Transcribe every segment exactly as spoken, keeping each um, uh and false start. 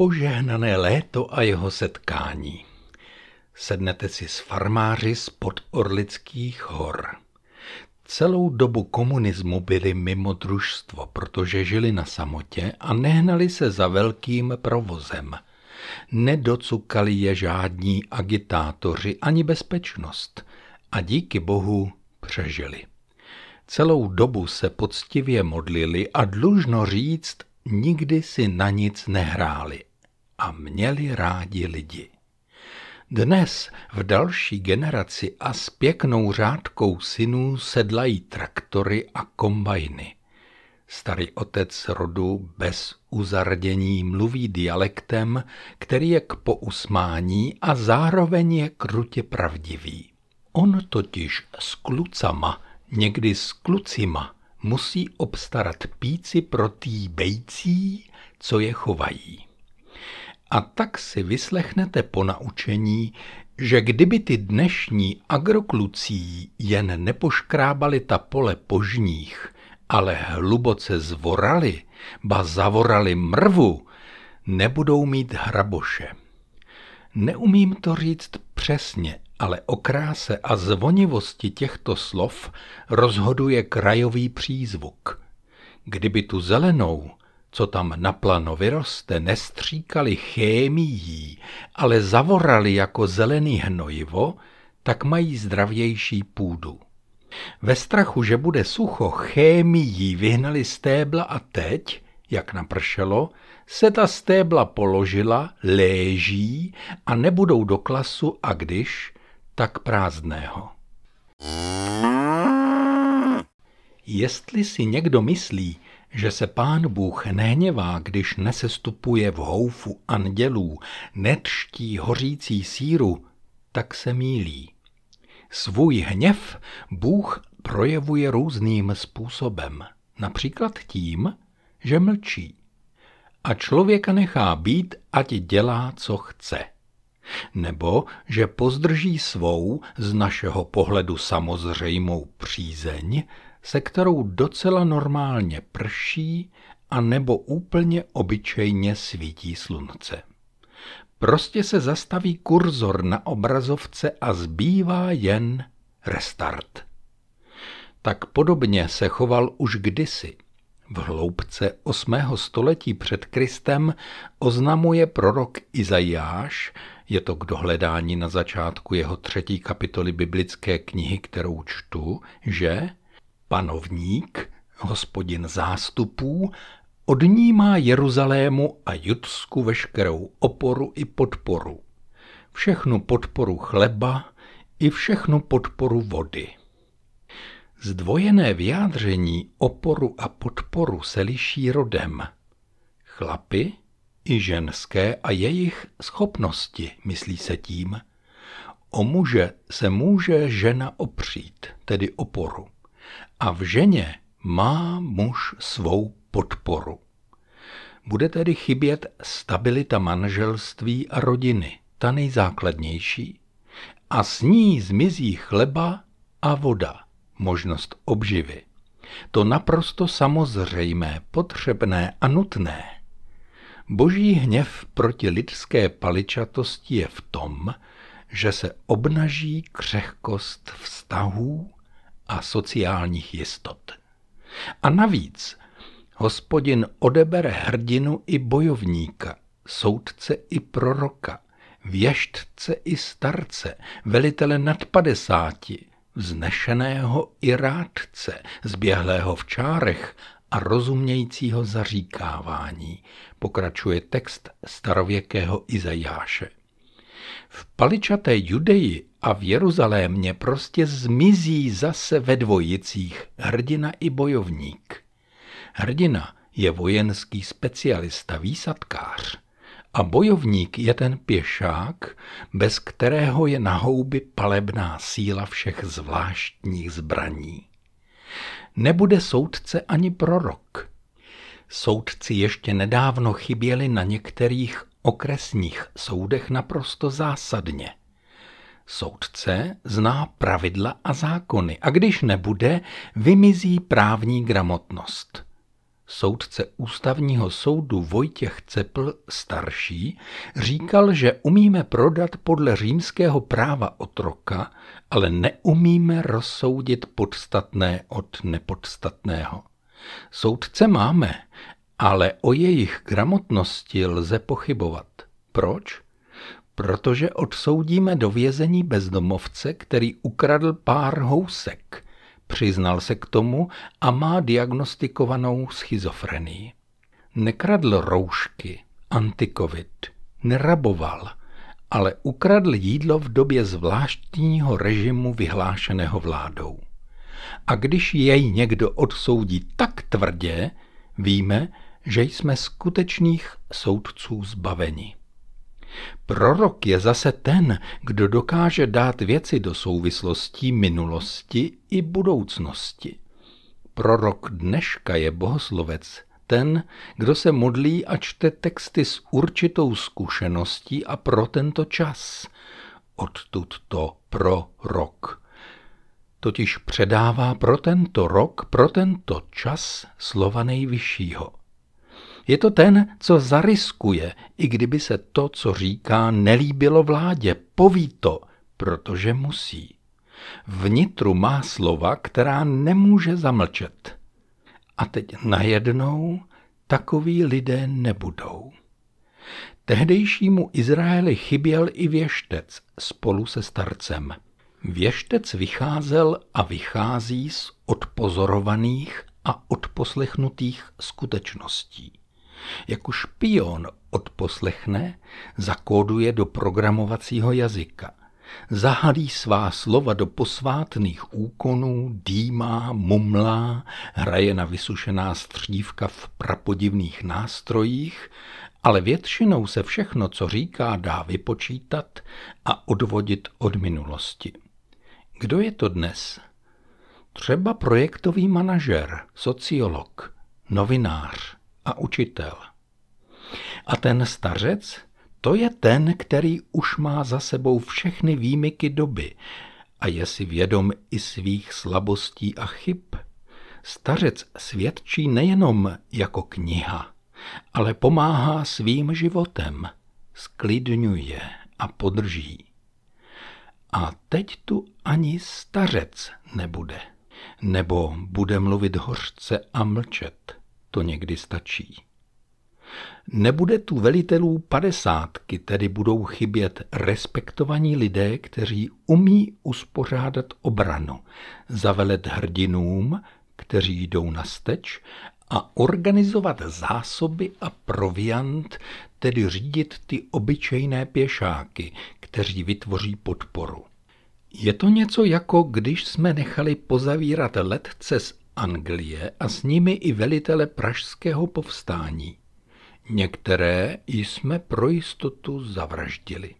Nepožehnané léto a jeho setkání. Sednete si s farmáři spod Orlických hor. Celou dobu komunismu byli mimo družstvo, protože žili na samotě a nehnali se za velkým provozem. Nedocukali je žádní agitátoři ani bezpečnost a díky bohu přežili. Celou dobu se poctivě modlili a dlužno říct, nikdy si na nic nehráli a měli rádi lidi. Dnes v další generaci a s pěknou řádkou synů sedlají traktory a kombajny. Starý otec rodu bez uzardění mluví dialektem, který je k pousmání a zároveň je krutě pravdivý. On totiž s klucama, někdy s klucima, musí obstarat píci pro tý bejcí, co je chovají. A tak si vyslechnete po naučení, že kdyby ty dnešní agroklucí jen nepoškrábali ta pole požních, ale hluboce zvorali, ba zavorali mrvu, nebudou mít hraboše. Neumím to říct přesně, ale o kráse a zvonivosti těchto slov rozhoduje krajový přízvuk. Kdyby tu zelenou, co tam naplano vyroste, nestříkali chémií, ale zavorali jako zelený hnojivo, tak mají zdravější půdu. Ve strachu, že bude sucho, chémií vyhnali stébla a teď, jak napršelo, se ta stébla položila, léží a nebudou do klasu a když, tak prázdného. Jestli si někdo myslí, že se Pán Bůh nehněvá, když nesestupuje v houfu andělů, netští hořící síru, tak se mýlí. Svůj hněv Bůh projevuje různým způsobem, například tím, že mlčí. A člověka nechá být, ať dělá, co chce. Nebo že pozdrží svou, z našeho pohledu samozřejmou přízeň, se kterou docela normálně prší a nebo úplně obyčejně svítí slunce. Prostě se zastaví kurzor na obrazovce a zbývá jen restart. Tak podobně se choval už kdysi. V hloubce osmého století před Kristem oznamuje prorok Izajáš, je to k dohledání na začátku jeho třetí kapitoly biblické knihy, kterou čtu, že Panovník, Hospodin zástupů, odnímá Jeruzalému a Judsku veškerou oporu i podporu, všechnu podporu chleba i všechnu podporu vody. Zdvojené vyjádření oporu a podporu se liší rodem. Chlapy i ženské a jejich schopnosti, myslí se tím. O muže se může žena opřít, tedy oporu. A v ženě má muž svou podporu. Bude tedy chybět stabilita manželství a rodiny, ta nejzákladnější. A s ní zmizí chleba a voda, možnost obživy. To naprosto samozřejmé, potřebné a nutné. Boží hněv proti lidské paličatosti je v tom, že se obnaží křehkost vztahů a sociálních jistot. A navíc Hospodin odebere hrdinu i bojovníka, soudce i proroka, věštce i starce, velitele nad padesáti, vznešeného i rádce, zběhlého v čárech a rozumějícího zaříkávání, pokračuje text starověkého Izajáše. V paličaté Judeji a v Jeruzalémě prostě zmizí zase ve dvojicích hrdina i bojovník. Hrdina je vojenský specialista, výsadkář a bojovník je ten pěšák, bez kterého je na houby palebná síla všech zvláštních zbraní. Nebude soudce ani prorok. Soudci ještě nedávno chyběli na některých okresních soudech naprosto zásadně. Soudce zná pravidla a zákony a když nebude, vymizí právní gramotnost. soudce ústavního soudu Vojtěch Cepl starší, říkal, že umíme prodat podle římského práva otroka, ale neumíme rozsoudit podstatné od nepodstatného. Soudce máme, ale o jejich gramotnosti lze pochybovat. Proč? Protože odsoudíme do vězení bezdomovce, který ukradl pár housek, přiznal se k tomu a má diagnostikovanou schizofrenii. Nekradl roušky, antikovid, neraboval, ale ukradl jídlo v době zvláštního režimu vyhlášeného vládou. A když jej někdo odsoudí tak tvrdě, víme, že jsme skutečných soudců zbaveni. Prorok je zase ten, kdo dokáže dát věci do souvislostí minulosti i budoucnosti. Prorok dneška je bohoslovec, ten, kdo se modlí a čte texty s určitou zkušeností a pro tento čas. Odtud to prorok. Totiž předává pro tento rok, pro tento čas slova Nejvyššího. Je to ten, co zariskuje, i kdyby se to, co říká, nelíbilo vládě. Poví to, protože musí. Vnitru má slova, která nemůže zamlčet. A teď najednou takoví lidé nebudou. Tehdejšímu Izraeli chyběl i věštec spolu se starcem. Věštec vycházel a vychází z odpozorovaných a odposlechnutých skutečností. Jako špion odposlechne, zakóduje do programovacího jazyka. Zahalí svá slova do posvátných úkonů, dýmá, mumlá, hraje na vysušená střívka v prapodivných nástrojích, ale většinou se všechno, co říká, dá vypočítat a odvodit od minulosti. Kdo je to dnes? Třeba projektový manažer, sociolog, novinář a učitel. A ten stařec, to je ten, který už má za sebou všechny výmyky doby a je si vědom i svých slabostí a chyb. Stařec svědčí nejenom jako kniha, ale pomáhá svým životem, sklidňuje a podrží. A teď tu ani stařec nebude, nebo bude mluvit hořce a mlčet, to někdy stačí. Nebude tu velitelů padesátky, tedy budou chybět respektovaní lidé, kteří umí uspořádat obranu, zavelet hrdinům, kteří jdou na steč, a organizovat zásoby a proviant, tedy řídit ty obyčejné pěšáky, kteří vytvoří podporu. Je to něco jako když jsme nechali pozavírat letce z Anglie a s nimi i velitele pražského povstání. Některé jsme pro jistotu zavraždili.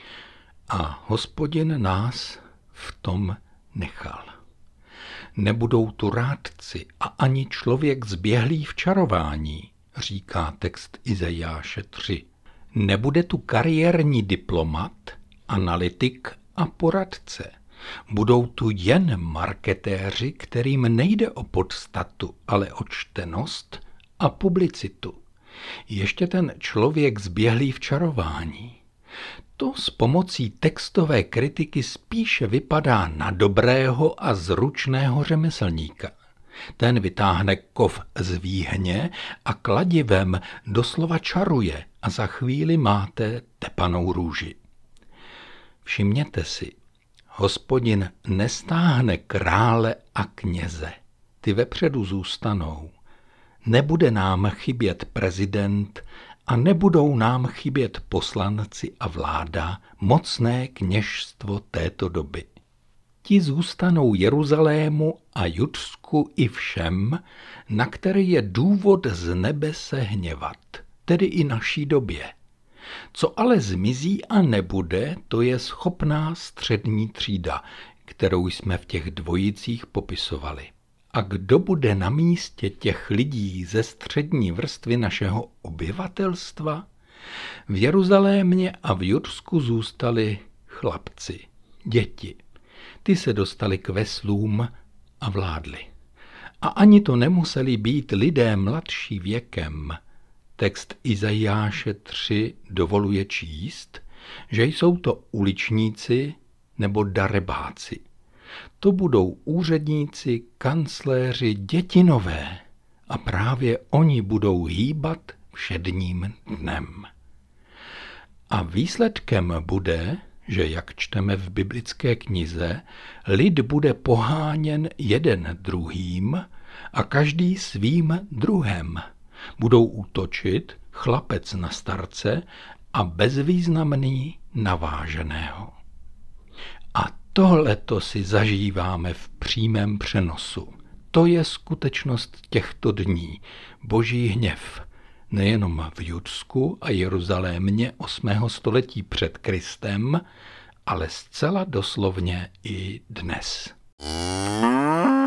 A Hospodin nás v tom nechal. Nebudou tu rádci a ani člověk zběhlý v čarování, říká text Izajáše tři. Nebude tu kariérní diplomat, analytik a poradce. Budou tu jen marketéři, kterým nejde o podstatu, ale o čtenost a publicitu. Ještě ten člověk zběhlý v čarování. To s pomocí textové kritiky spíše vypadá na dobrého a zručného řemeslníka. Ten vytáhne kov z výhně a kladivem doslova čaruje a za chvíli máte tepanou růži. Všimněte si, Hospodin nestáhne krále a kněze. Ty vepředu zůstanou. Nebude nám chybět prezident a nebudou nám chybět poslanci a vláda, mocné kněžstvo této doby. Ti zůstanou Jeruzalému a Judsku i všem, na který je důvod z nebe se hněvat, tedy i naší době. Co ale zmizí a nebude, to je schopná střední třída, kterou jsme v těch dvojicích popisovali. A kdo bude na místě těch lidí ze střední vrstvy našeho obyvatelstva? V Jeruzalémě a v Judsku zůstali chlapci, děti. Ty se dostali k veslům a vládli. A ani to nemuseli být lidé mladší věkem. Text Izajáše tři dovoluje číst, že jsou to uličníci nebo darebáci. To budou úředníci, kancléři, dětinové a právě oni budou hýbat všedním dnem. A výsledkem bude, že jak čteme v biblické knize, lid bude poháněn jeden druhým a každý svým druhem. Budou útočit chlapec na starce a bezvýznamný na váženého. A tohleto si zažíváme v přímém přenosu. To je skutečnost těchto dní. Boží hněv. Nejenom v Judsku a Jeruzalémě osmého století před Kristem, ale zcela doslovně i dnes.